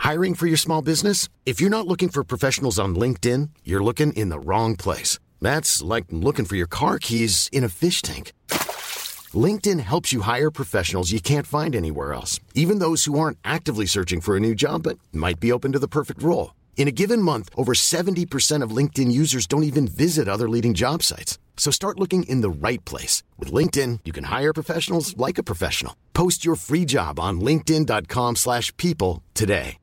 Hiring for your small business? If you're not looking for professionals on LinkedIn, you're looking in the wrong place. That's like looking for your car keys in a fish tank. LinkedIn helps you hire professionals you can't find anywhere else, even those who aren't actively searching for a new job but might be open to the perfect role. In a given month, over 70% of LinkedIn users don't even visit other leading job sites. So start looking in the right place. With LinkedIn, you can hire professionals like a professional. Post your free job on linkedin.com/people today.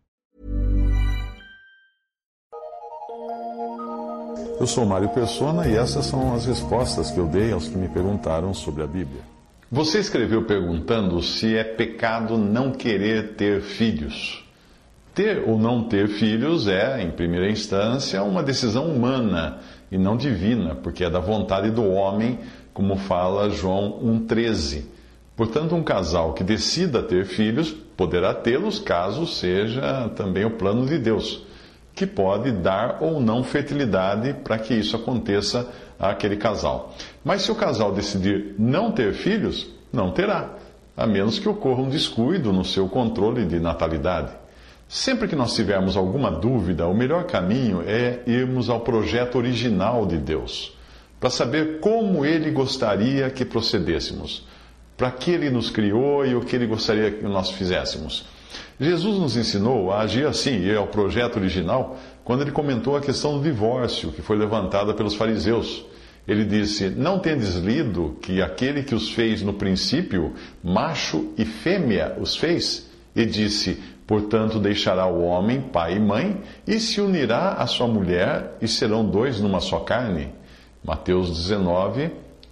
Eu sou Mário Persona e essas são as respostas que eu dei aos que me perguntaram sobre a Bíblia. Você escreveu perguntando se é pecado não querer ter filhos. Ter ou não ter filhos é, em primeira instância, uma decisão humana e não divina, porque é da vontade do homem, como fala João 1,13. Portanto, um casal que decida ter filhos poderá tê-los caso seja também o plano de Deus, que pode dar ou não fertilidade para que isso aconteça àquele casal. Mas se o casal decidir não ter filhos, não terá, a menos que ocorra um descuido no seu controle de natalidade. Sempre que nós tivermos alguma dúvida, o melhor caminho é irmos ao projeto original de Deus, para saber como Ele gostaria que procedêssemos, para que Ele nos criou e o que Ele gostaria que nós fizéssemos. Jesus nos ensinou a agir assim, ir ao projeto original, quando Ele comentou a questão do divórcio, que foi levantada pelos fariseus. Ele disse: não tendes lido que aquele que os fez no princípio, macho e fêmea os fez? E disse: portanto, deixará o homem pai e mãe, e se unirá à sua mulher, e serão dois numa só carne. Mateus 19,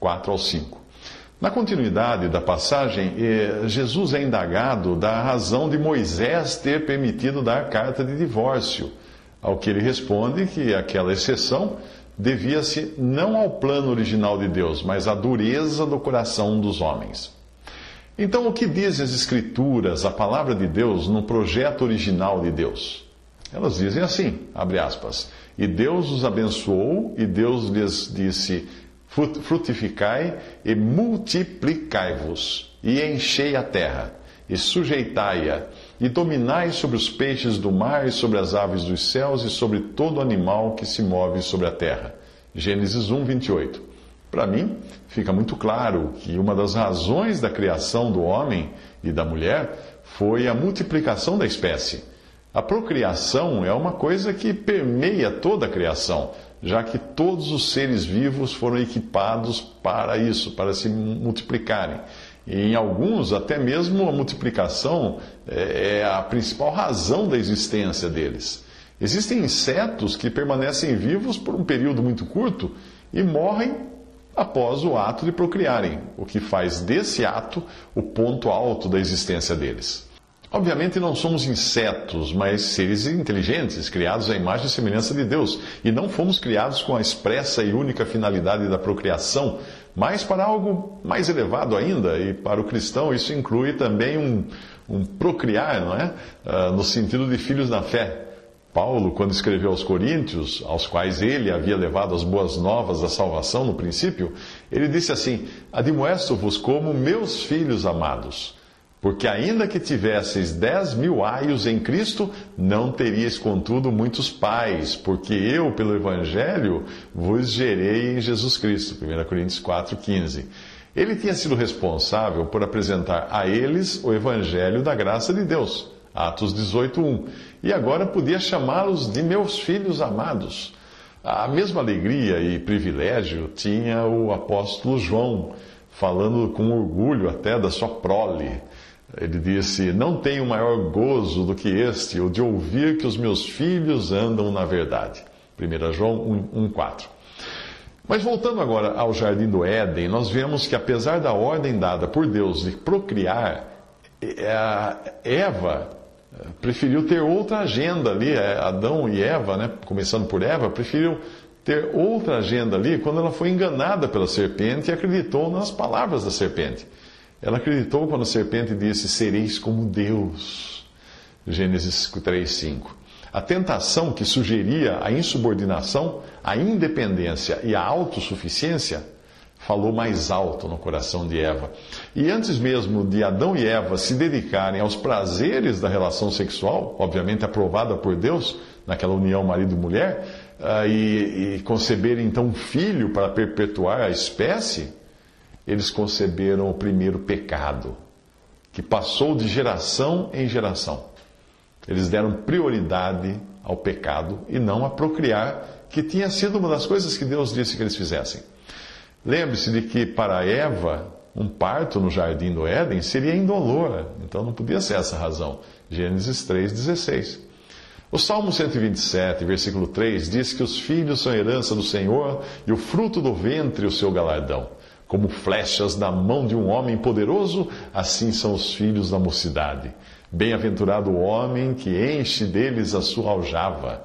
4-5. Na continuidade da passagem, Jesus é indagado da razão de Moisés ter permitido dar carta de divórcio, ao que ele responde que aquela exceção devia-se não ao plano original de Deus, mas à dureza do coração dos homens. Então, o que dizem as Escrituras, a palavra de Deus, no projeto original de Deus? Elas dizem assim, abre aspas, e Deus os abençoou, e Deus lhes disse: frutificai e multiplicai-vos, e enchei a terra, e sujeitai-a, e dominai sobre os peixes do mar, e sobre as aves dos céus, e sobre todo animal que se move sobre a terra. Gênesis 1, 28. Para mim, fica muito claro que uma das razões da criação do homem e da mulher foi a multiplicação da espécie. A procriação é uma coisa que permeia toda a criação, já que todos os seres vivos foram equipados para isso, para se multiplicarem. E em alguns, até mesmo a multiplicação é a principal razão da existência deles. Existem insetos que permanecem vivos por um período muito curto e morrem após o ato de procriarem, o que faz desse ato o ponto alto da existência deles. Obviamente não somos insetos, mas seres inteligentes, criados à imagem e semelhança de Deus. E não fomos criados com a expressa e única finalidade da procriação, mas para algo mais elevado ainda. E para o cristão isso inclui também um procriar, não é? No sentido de filhos na fé. Paulo, quando escreveu aos Coríntios, aos quais ele havia levado as boas novas da salvação no princípio, ele disse assim: admoesto-vos como meus filhos amados. Porque ainda que tivesseis 10.000 aios em Cristo, não teríeis, contudo, muitos pais, porque eu, pelo Evangelho, vos gerei em Jesus Cristo. 1 Coríntios 4,15. Ele tinha sido responsável por apresentar a eles o Evangelho da graça de Deus. Atos 18:1. E agora podia chamá-los de meus filhos amados. A mesma alegria e privilégio tinha o apóstolo João, falando com orgulho até da sua prole. Ele disse: não tenho maior gozo do que este, o de ouvir que os meus filhos andam na verdade. 1 João 1,4. Mas voltando agora ao Jardim do Éden, nós vemos que apesar da ordem dada por Deus de procriar, Eva preferiu ter outra agenda ali. Adão e Eva, né, começando por Eva, preferiu ter outra agenda ali quando ela foi enganada pela serpente e acreditou nas palavras da serpente. Ela acreditou quando a serpente disse: sereis como Deus. Gênesis 3:5. A tentação que sugeria a insubordinação, a independência e a autossuficiência falou mais alto no coração de Eva. E antes mesmo de Adão e Eva se dedicarem aos prazeres da relação sexual, obviamente aprovada por Deus, naquela união marido e mulher, e conceberem então um filho para perpetuar a espécie, eles conceberam o primeiro pecado, que passou de geração em geração. Eles deram prioridade ao pecado e não a procriar, que tinha sido uma das coisas que Deus disse que eles fizessem. Lembre-se de que para Eva, um parto no jardim do Éden seria indolor, então não podia ser essa a razão. Gênesis 3,16. O Salmo 127, versículo 3, diz que os filhos são herança do Senhor e o fruto do ventre o seu galardão. Como flechas da mão de um homem poderoso, assim são os filhos da mocidade. Bem-aventurado o homem que enche deles a sua aljava.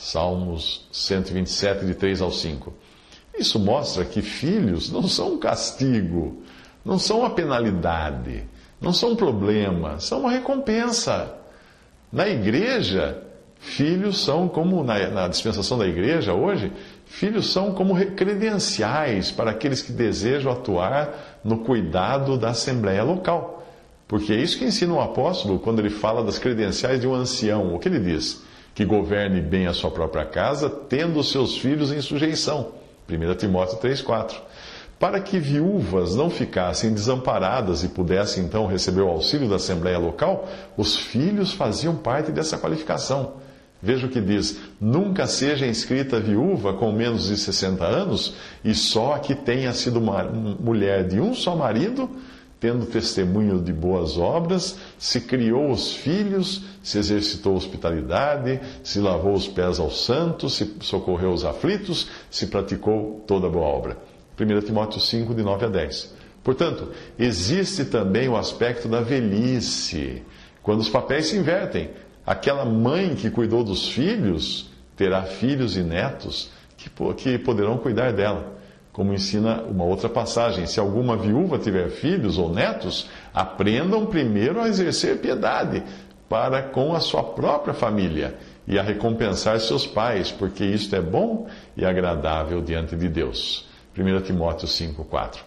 Salmos 127, de 3 ao 5. Isso mostra que filhos não são um castigo, não são uma penalidade, não são um problema, são uma recompensa. Na igreja, filhos são como, na dispensação da igreja hoje, filhos são como credenciais para aqueles que desejam atuar no cuidado da assembleia local. Porque é isso que ensina o apóstolo quando ele fala das credenciais de um ancião. O que ele diz? Que governe bem a sua própria casa, tendo os seus filhos em sujeição. 1 Timóteo 3,4. Para que viúvas não ficassem desamparadas e pudessem então receber o auxílio da assembleia local, os filhos faziam parte dessa qualificação. Veja o que diz: nunca seja inscrita viúva com menos de 60 anos e só a que tenha sido uma mulher de um só marido, tendo testemunho de boas obras, se criou os filhos, se exercitou hospitalidade, se lavou os pés aos santos, se socorreu os aflitos, se praticou toda boa obra. 1 Timóteo 5, de 9 a 10. Portanto, existe também o aspecto da velhice, quando os papéis se invertem. Aquela mãe que cuidou dos filhos terá filhos e netos que poderão cuidar dela. Como ensina uma outra passagem: se alguma viúva tiver filhos ou netos, aprendam primeiro a exercer piedade para com a sua própria família e a recompensar seus pais, porque isto é bom e agradável diante de Deus. 1 Timóteo 5,4.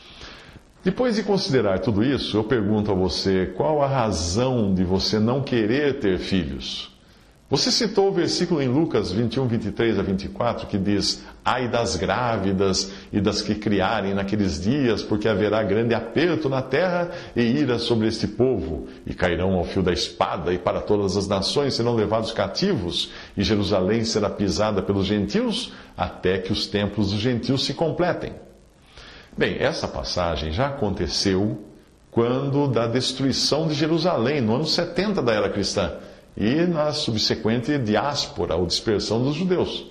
Depois de considerar tudo isso, eu pergunto a você: qual a razão de você não querer ter filhos? Você citou o versículo em Lucas 21, 23 a 24, que diz: ai das grávidas e das que criarem naqueles dias, porque haverá grande aperto na terra e ira sobre este povo, e cairão ao fio da espada, e para todas as nações serão levados cativos, e Jerusalém será pisada pelos gentios, até que os templos dos gentios se completem. Bem, essa passagem já aconteceu quando da destruição de Jerusalém, no ano 70 da era cristã, e na subsequente diáspora, ou dispersão dos judeus.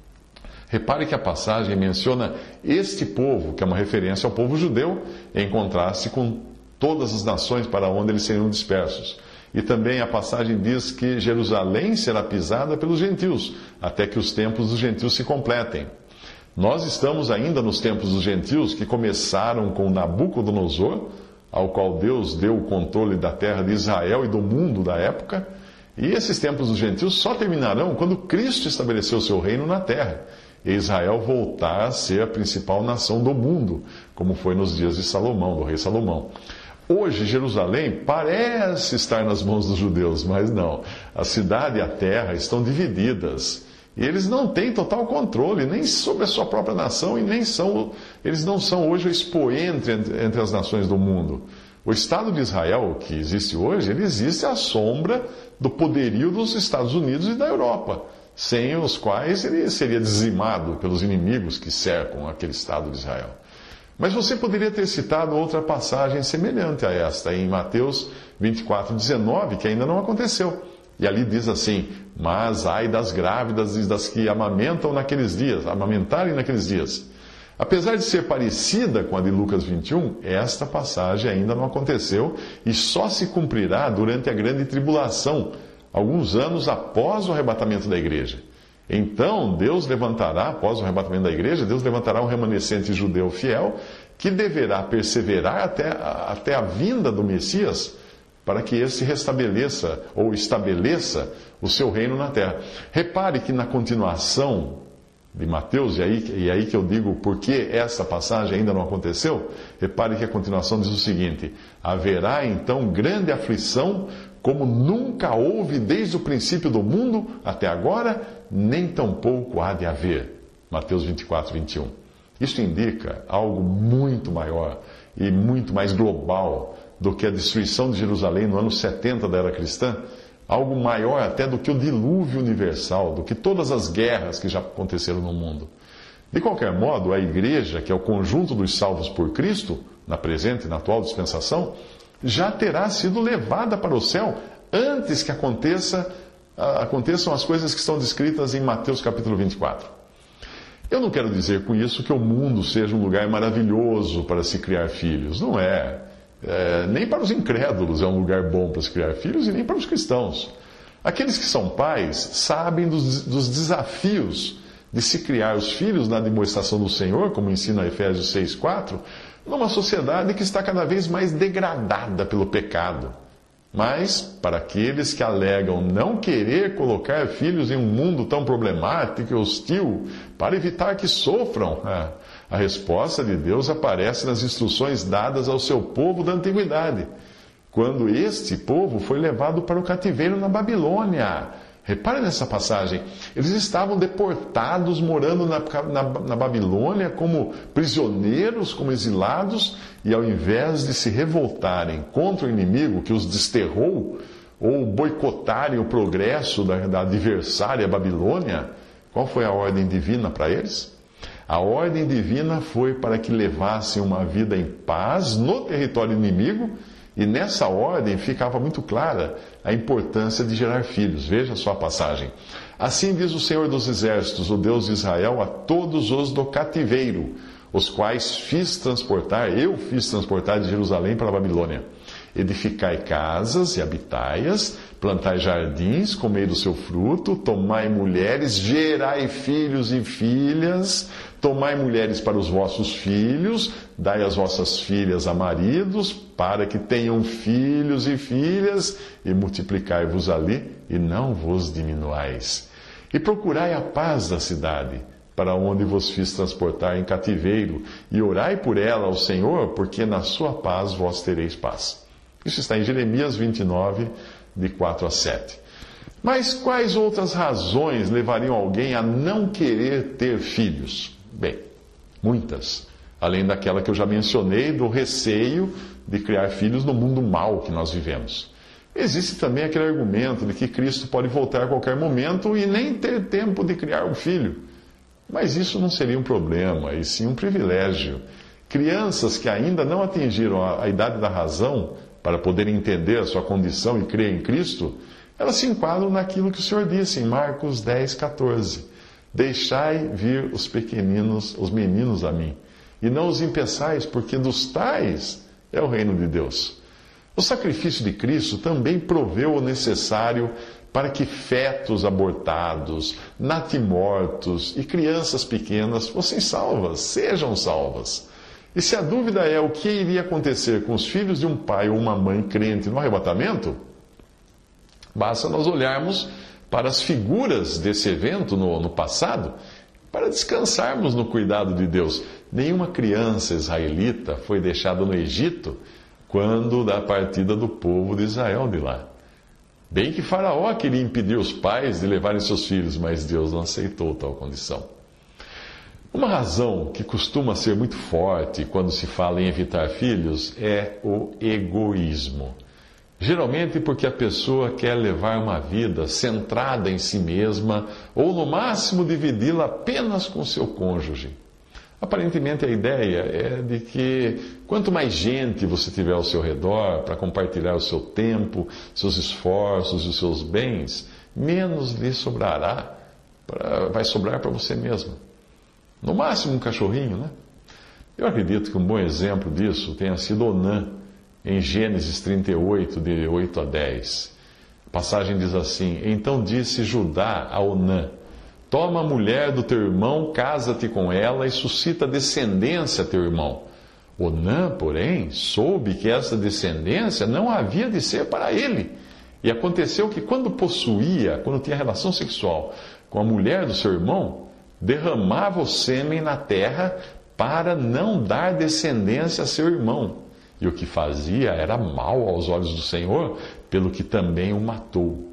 Repare que a passagem menciona este povo, que é uma referência ao povo judeu, em contraste com todas as nações para onde eles seriam dispersos. E também a passagem diz que Jerusalém será pisada pelos gentios, até que os templos dos gentios se completem. Nós estamos ainda nos tempos dos gentios, que começaram com Nabucodonosor, ao qual Deus deu o controle da terra de Israel e do mundo da época. E esses tempos dos gentios só terminarão quando Cristo estabeleceu o seu reino na terra, e Israel voltar a ser a principal nação do mundo, como foi nos dias de Salomão, do rei Salomão. Hoje, Jerusalém parece estar nas mãos dos judeus, mas não. A cidade e a terra estão divididas. E eles não têm total controle, nem sobre a sua própria nação, e eles não são hoje o expoente entre as nações do mundo. O Estado de Israel, que existe hoje, ele existe à sombra do poderio dos Estados Unidos e da Europa, sem os quais ele seria dizimado pelos inimigos que cercam aquele Estado de Israel. Mas você poderia ter citado outra passagem semelhante a esta, em Mateus 24:19, que ainda não aconteceu. E ali diz assim: mas ai das grávidas e das que amamentarem naqueles dias. Apesar de ser parecida com a de Lucas 21, esta passagem ainda não aconteceu e só se cumprirá durante a grande tribulação, alguns anos após o arrebatamento da igreja. Então, Deus levantará, após o arrebatamento da igreja, Deus levantará um remanescente judeu fiel que deverá perseverar até a vinda do Messias, para que esse restabeleça ou estabeleça o seu reino na terra. Repare que na continuação de Mateus, e aí que eu digo por que essa passagem ainda não aconteceu. Repare que a continuação diz o seguinte: haverá então grande aflição, como nunca houve desde o princípio do mundo até agora, nem tampouco há de haver. Mateus 24, 21. Isso indica algo muito maior e muito mais global do que a destruição de Jerusalém no ano 70 da era cristã, algo maior até do que o dilúvio universal, do que todas as guerras que já aconteceram no mundo. De qualquer modo, a igreja, que é o conjunto dos salvos por Cristo, na presente e na atual dispensação, já terá sido levada para o céu antes que aconteçam as coisas que estão descritas em Mateus capítulo 24. Eu não quero dizer com isso que o mundo seja um lugar maravilhoso para se criar filhos. Não é. Nem para os incrédulos é um lugar bom para se criar filhos e nem para os cristãos. Aqueles que são pais sabem dos desafios de se criar os filhos na demonstração do Senhor, como ensina Efésios 6,4, numa sociedade que está cada vez mais degradada pelo pecado. Mas, para aqueles que alegam não querer colocar filhos em um mundo tão problemático e hostil, para evitar que sofram, a resposta de Deus aparece nas instruções dadas ao seu povo da antiguidade, quando este povo foi levado para o cativeiro na Babilônia. Repare nessa passagem. Eles estavam deportados, morando na Babilônia como prisioneiros, como exilados, e ao invés de se revoltarem contra o inimigo que os desterrou, ou boicotarem o progresso da adversária Babilônia, qual foi a ordem divina para eles? A ordem divina foi para que levassem uma vida em paz no território inimigo, e nessa ordem ficava muito clara a importância de gerar filhos. Veja só a passagem. Assim diz o Senhor dos Exércitos, o Deus de Israel, a todos os do cativeiro, os quais eu fiz transportar de Jerusalém para a Babilônia. Edificai casas e habitai-as, plantai jardins, comei do seu fruto, tomai mulheres, gerai filhos e filhas, tomai mulheres para os vossos filhos, dai as vossas filhas a maridos, para que tenham filhos e filhas, e multiplicai-vos ali, e não vos diminuais. E procurai a paz da cidade, para onde vos fiz transportar em cativeiro, e orai por ela ao Senhor, porque na sua paz vós tereis paz. Isso está em Jeremias 29, de 4 a 7. Mas quais outras razões levariam alguém a não querer ter filhos? Bem, muitas. Além daquela que eu já mencionei, do receio de criar filhos no mundo mau que nós vivemos. Existe também aquele argumento de que Cristo pode voltar a qualquer momento e nem ter tempo de criar um filho. Mas isso não seria um problema, e sim um privilégio. Crianças que ainda não atingiram a idade da razão para poderem entender a sua condição e crer em Cristo, elas se enquadram naquilo que o Senhor disse em Marcos 10, 14. Deixai vir os pequeninos, os meninos a mim, e não os impeçais, porque dos tais é o reino de Deus. O sacrifício de Cristo também proveu o necessário para que fetos abortados, natimortos e crianças pequenas fossem salvas, sejam salvas. E se a dúvida é o que iria acontecer com os filhos de um pai ou uma mãe crente no arrebatamento, basta nós olharmos para as figuras desse evento no passado, para descansarmos no cuidado de Deus. Nenhuma criança israelita foi deixada no Egito quando da partida do povo de Israel de lá. Bem que Faraó queria impedir os pais de levarem seus filhos, mas Deus não aceitou tal condição. Uma razão que costuma ser muito forte quando se fala em evitar filhos é o egoísmo. Geralmente porque a pessoa quer levar uma vida centrada em si mesma ou, no máximo, dividi-la apenas com seu cônjuge. Aparentemente, a ideia é de que quanto mais gente você tiver ao seu redor para compartilhar o seu tempo, seus esforços e os seus bens, menos lhe vai sobrar para você mesma. No máximo um cachorrinho, né? Eu acredito que um bom exemplo disso tenha sido Onã, em Gênesis 38, de 8 a 10. A passagem diz assim: Então disse Judá a Onã: Toma a mulher do teu irmão, casa-te com ela e suscita descendência a teu irmão. Onã, porém, soube que essa descendência não havia de ser para ele. E aconteceu que quando tinha relação sexual com a mulher do seu irmão, derramava o sêmen na terra para não dar descendência a seu irmão. E o que fazia era mal aos olhos do Senhor, pelo que também o matou.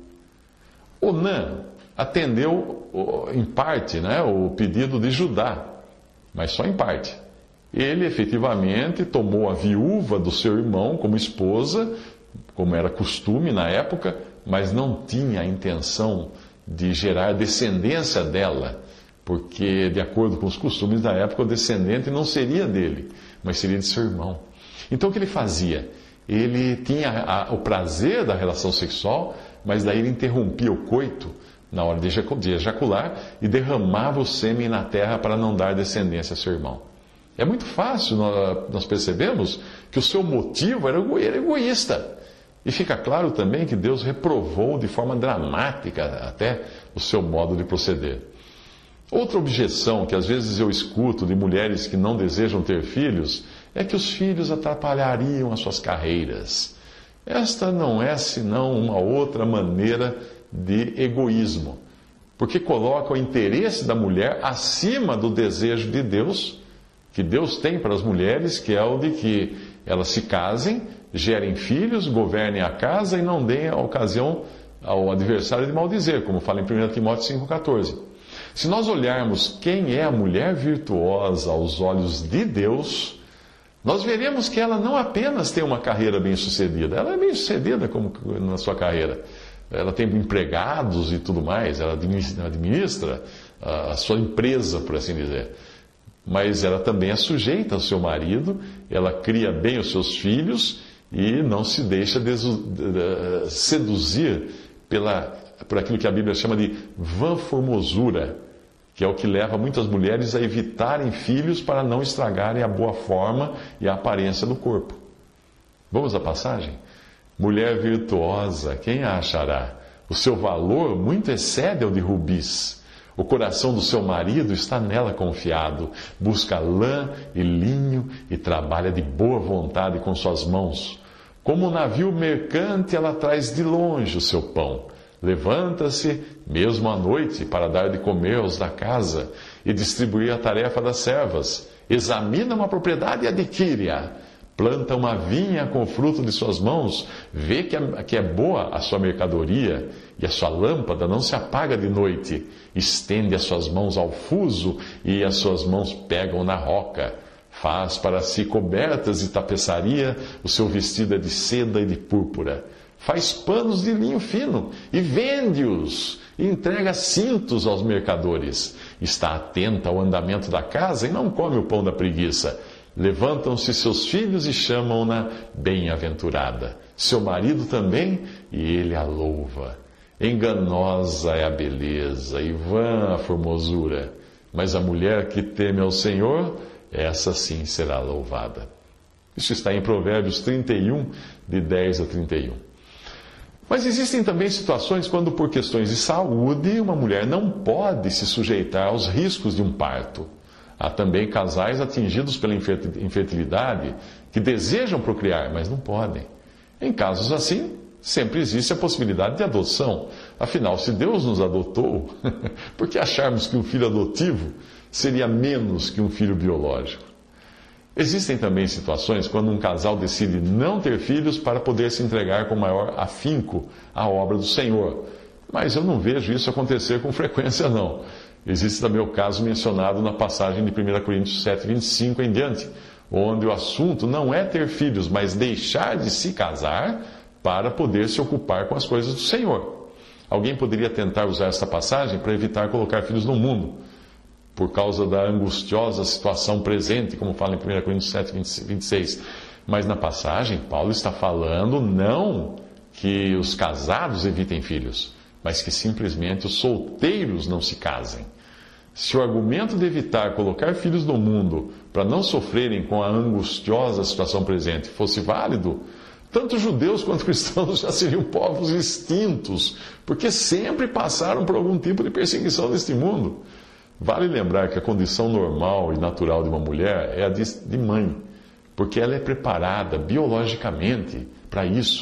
Onã atendeu em parte, o pedido de Judá, mas só em parte. Ele efetivamente tomou a viúva do seu irmão como esposa, como era costume na época, mas não tinha a intenção de gerar descendência dela, porque, de acordo com os costumes da época, o descendente não seria dele, mas seria de seu irmão. Então, o que ele fazia? Ele tinha o prazer da relação sexual, mas daí ele interrompia o coito na hora de ejacular e derramava o sêmen na terra para não dar descendência a seu irmão. É muito fácil, nós percebemos que o seu motivo era egoísta. E fica claro também que Deus reprovou de forma dramática até o seu modo de proceder. Outra objeção que às vezes eu escuto de mulheres que não desejam ter filhos é que os filhos atrapalhariam as suas carreiras. Esta não é senão uma outra maneira de egoísmo, porque coloca o interesse da mulher acima do desejo de Deus, que Deus tem para as mulheres, que é o de que elas se casem, gerem filhos, governem a casa e não deem a ocasião ao adversário de maldizer, como fala em 1 Timóteo 5,14. Se nós olharmos quem é a mulher virtuosa aos olhos de Deus, nós veremos que ela não apenas tem uma carreira bem-sucedida, ela é bem-sucedida como na sua carreira. Ela tem empregados e tudo mais, ela administra a sua empresa, por assim dizer. Mas ela também é sujeita ao seu marido, ela cria bem os seus filhos e não se deixa seduzir por aquilo que a Bíblia chama de vã formosura, que é o que leva muitas mulheres a evitarem filhos para não estragarem a boa forma e a aparência do corpo. Vamos à passagem? Mulher virtuosa, quem a achará? O seu valor muito excede ao de rubis. O coração do seu marido está nela confiado. Busca lã e linho e trabalha de boa vontade com suas mãos. Como um navio mercante, ela traz de longe o seu pão. Levanta-se, mesmo à noite, para dar de comer aos da casa e distribuir a tarefa das servas. Examina uma propriedade e adquire-a. Planta uma vinha com o fruto de suas mãos, vê que é boa a sua mercadoria, e a sua lâmpada não se apaga de noite. Estende as suas mãos ao fuso, e as suas mãos pegam na roca. Faz para si cobertas de tapeçaria, o seu vestido é de seda e de púrpura. Faz panos de linho fino, e vende-os, e entrega cintos aos mercadores. Está atenta ao andamento da casa, e não come o pão da preguiça. Levantam-se seus filhos e chamam-na bem-aventurada. Seu marido também, e ele a louva. Enganosa é a beleza, e vã a formosura. Mas a mulher que teme ao Senhor, essa sim será louvada. Isso está em Provérbios 31, de 10 a 31. Mas existem também situações quando, por questões de saúde, uma mulher não pode se sujeitar aos riscos de um parto. Há também casais atingidos pela infertilidade que desejam procriar, mas não podem. Em casos assim, sempre existe a possibilidade de adoção. Afinal, se Deus nos adotou, por que acharmos que um filho adotivo seria menos que um filho biológico? Existem também situações quando um casal decide não ter filhos para poder se entregar com maior afinco à obra do Senhor. Mas eu não vejo isso acontecer com frequência, não. Existe também o caso mencionado na passagem de 1 Coríntios 7, 25 em diante, onde o assunto não é ter filhos, mas deixar de se casar para poder se ocupar com as coisas do Senhor. Alguém poderia tentar usar essa passagem para evitar colocar filhos no mundo, por causa da angustiosa situação presente, como fala em 1 Coríntios 7, 26. Mas na passagem, Paulo está falando não que os casados evitem filhos, mas que simplesmente os solteiros não se casem. Se o argumento de evitar colocar filhos no mundo para não sofrerem com a angustiosa situação presente fosse válido, tanto judeus quanto cristãos já seriam povos extintos, porque sempre passaram por algum tipo de perseguição neste mundo. Vale lembrar que a condição normal e natural de uma mulher é a de mãe, porque ela é preparada biologicamente para isso.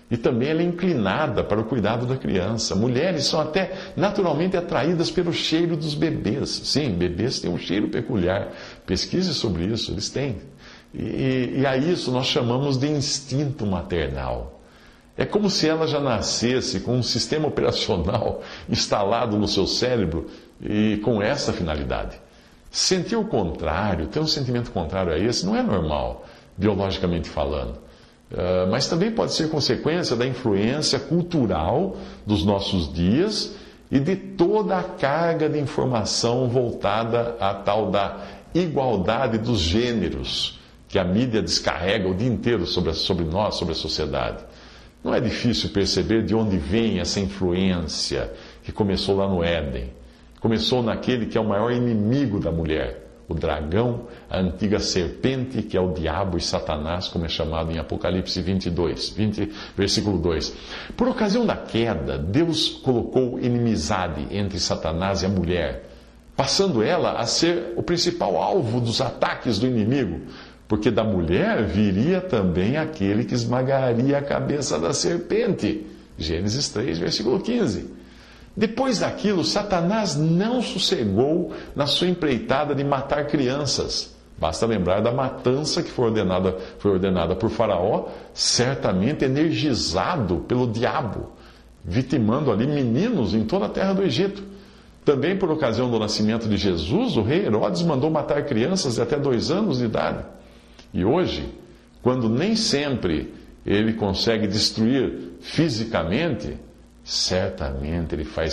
E também ela é inclinada para o cuidado da criança. Mulheres são até naturalmente atraídas pelo cheiro dos bebês. Sim, bebês têm um cheiro peculiar. Pesquise sobre isso, eles têm. E a isso nós chamamos de instinto maternal. É como se ela já nascesse com um sistema operacional instalado no seu cérebro e com essa finalidade. Sentir o contrário, ter um sentimento contrário a esse, não é normal, biologicamente falando. Mas também pode ser consequência da influência cultural dos nossos dias e de toda a carga de informação voltada à tal da igualdade dos gêneros que a mídia descarrega o dia inteiro sobre nós, sobre a sociedade. Não é difícil perceber de onde vem essa influência que começou lá no Éden. Começou naquele que é o maior inimigo da mulher, o dragão, a antiga serpente, que é o diabo e Satanás, como é chamado em Apocalipse 20, versículo 2. Por ocasião da queda, Deus colocou inimizade entre Satanás e a mulher, passando ela a ser o principal alvo dos ataques do inimigo, porque da mulher viria também aquele que esmagaria a cabeça da serpente. Gênesis 3, versículo 15. Depois daquilo, Satanás não sossegou na sua empreitada de matar crianças. Basta lembrar da matança que foi ordenada por Faraó, certamente energizado pelo diabo, vitimando ali meninos em toda a terra do Egito. Também por ocasião do nascimento de Jesus, o rei Herodes mandou matar crianças de até 2 anos de idade. E hoje, quando nem sempre ele consegue destruir fisicamente, certamente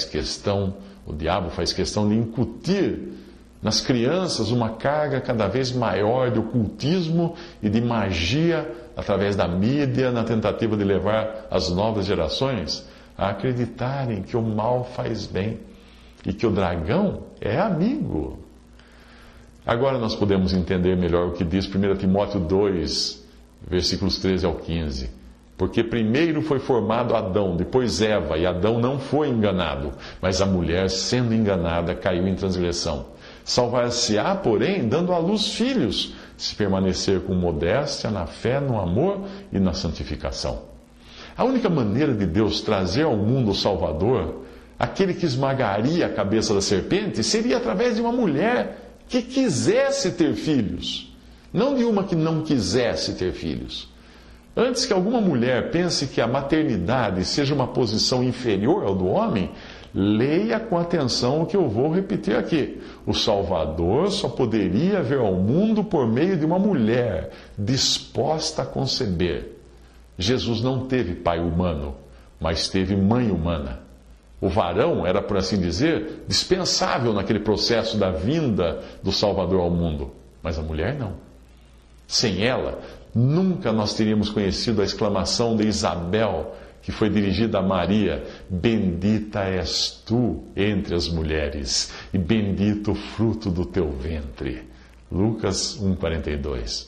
o diabo faz questão de incutir nas crianças uma carga cada vez maior de ocultismo e de magia através da mídia, na tentativa de levar as novas gerações a acreditarem que o mal faz bem e que o dragão é amigo. Agora nós podemos entender melhor o que diz 1 Timóteo 2, versículos 13 ao 15. Porque primeiro foi formado Adão, depois Eva, e Adão não foi enganado, mas a mulher, sendo enganada, caiu em transgressão. Salvar-se-á, porém, dando à luz filhos, se permanecer com modéstia na fé, no amor e na santificação. A única maneira de Deus trazer ao mundo o Salvador, aquele que esmagaria a cabeça da serpente, seria através de uma mulher que quisesse ter filhos, não de uma que não quisesse ter filhos. Antes que alguma mulher pense que a maternidade seja uma posição inferior ao do homem, leia com atenção o que eu vou repetir aqui. O Salvador só poderia vir ao mundo por meio de uma mulher disposta a conceber. Jesus não teve pai humano, mas teve mãe humana. O varão era, por assim dizer, dispensável naquele processo da vinda do Salvador ao mundo, mas a mulher não. Sem ela, nunca nós teríamos conhecido a exclamação de Isabel, que foi dirigida a Maria: bendita és tu entre as mulheres, e bendito o fruto do teu ventre. Lucas 1,42.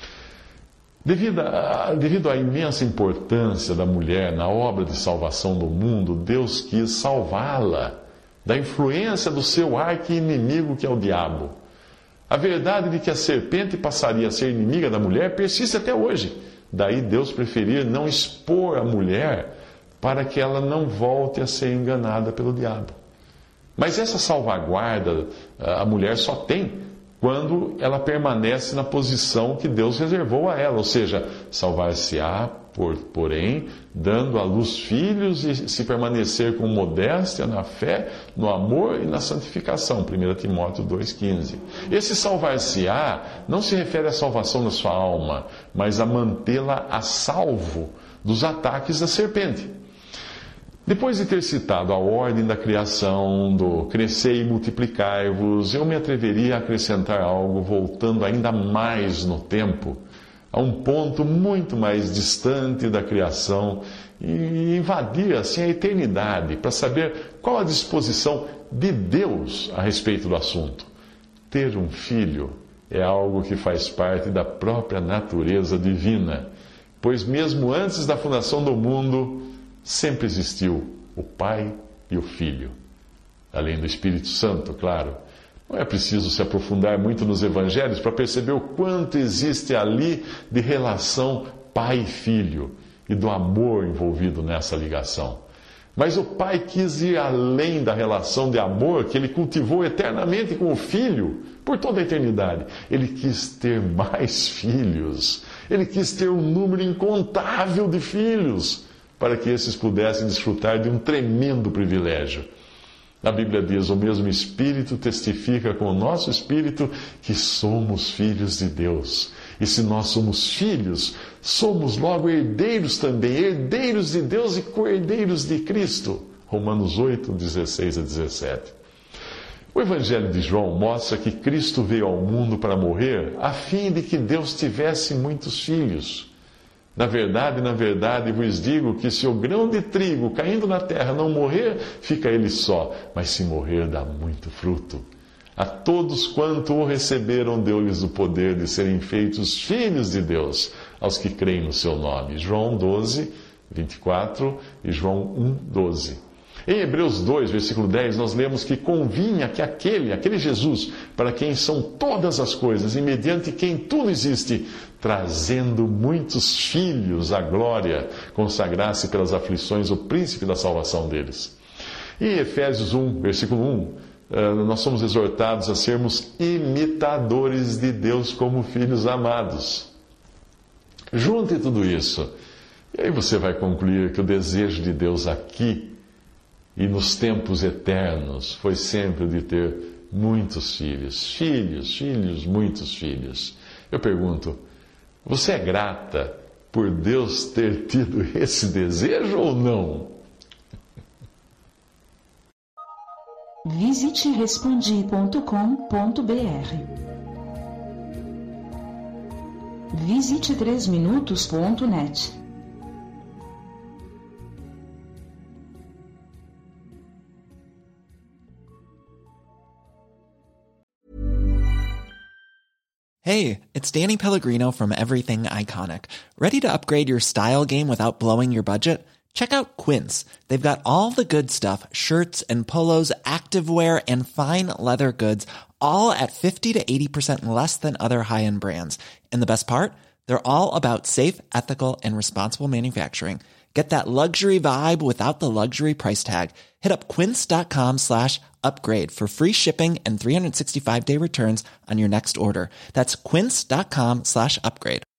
Devido à imensa importância da mulher na obra de salvação do mundo, Deus quis salvá-la da influência do seu arqui-inimigo, que é o diabo. A verdade de que a serpente passaria a ser inimiga da mulher persiste até hoje. Daí Deus preferir não expor a mulher para que ela não volte a ser enganada pelo diabo. Mas essa salvaguarda a mulher só tem quando ela permanece na posição que Deus reservou a ela, ou seja, salvar-se-á, porém, dando à luz filhos e se permanecer com modéstia na fé, no amor e na santificação. 1 Timóteo 2,15. Esse salvar-se-á não se refere à salvação da sua alma, mas a mantê-la a salvo dos ataques da serpente. Depois de ter citado a ordem da criação, do crescer e multiplicar-vos, eu me atreveria a acrescentar algo voltando ainda mais no tempo, a um ponto muito mais distante da criação e invadir assim a eternidade, para saber qual a disposição de Deus a respeito do assunto. Ter um filho é algo que faz parte da própria natureza divina, pois mesmo antes da fundação do mundo, sempre existiu o Pai e o Filho, além do Espírito Santo, claro. Não é preciso se aprofundar muito nos evangelhos para perceber o quanto existe ali de relação pai e filho, e do amor envolvido nessa ligação. Mas o pai quis ir além da relação de amor que ele cultivou eternamente com o filho por toda a eternidade. Ele quis ter mais filhos. Ele quis ter um número incontável de filhos para que esses pudessem desfrutar de um tremendo privilégio. A Bíblia diz: o mesmo Espírito testifica com o nosso Espírito que somos filhos de Deus. E se nós somos filhos, somos logo herdeiros também, herdeiros de Deus e co-herdeiros de Cristo. Romanos 8, 16 a 17. O Evangelho de João mostra que Cristo veio ao mundo para morrer a fim de que Deus tivesse muitos filhos. Na verdade, vos digo que se o grão de trigo caindo na terra não morrer, fica ele só, mas se morrer, dá muito fruto. A todos quanto o receberam, deu-lhes o poder de serem feitos filhos de Deus, aos que creem no seu nome. João 12, 24 e João 1, 12. Em Hebreus 2, versículo 10, nós lemos que convinha que aquele Jesus, para quem são todas as coisas e mediante quem tudo existe, trazendo muitos filhos à glória, consagrasse pelas aflições o príncipe da salvação deles. E em Efésios 1, versículo 1, nós somos exortados a sermos imitadores de Deus como filhos amados. Junte tudo isso, e aí você vai concluir que o desejo de Deus aqui e nos tempos eternos foi sempre de ter muitos filhos. Filhos, muitos filhos. Eu pergunto, você é grata por Deus ter tido esse desejo ou não? Visite respondi.com.br. Visite 3minutos.net. Hey, it's Danny Pellegrino from Everything Iconic. Ready to upgrade your style game without blowing your budget? Check out Quince. They've got all the good stuff, shirts and polos, activewear, and fine leather goods, all at 50 to 80% less than other high-end brands. And the best part? They're all about safe, ethical, and responsible manufacturing. Get that luxury vibe without the luxury price tag. Hit up quince.com/upgrade for free shipping and 365-day returns on your next order. That's quince.com/upgrade.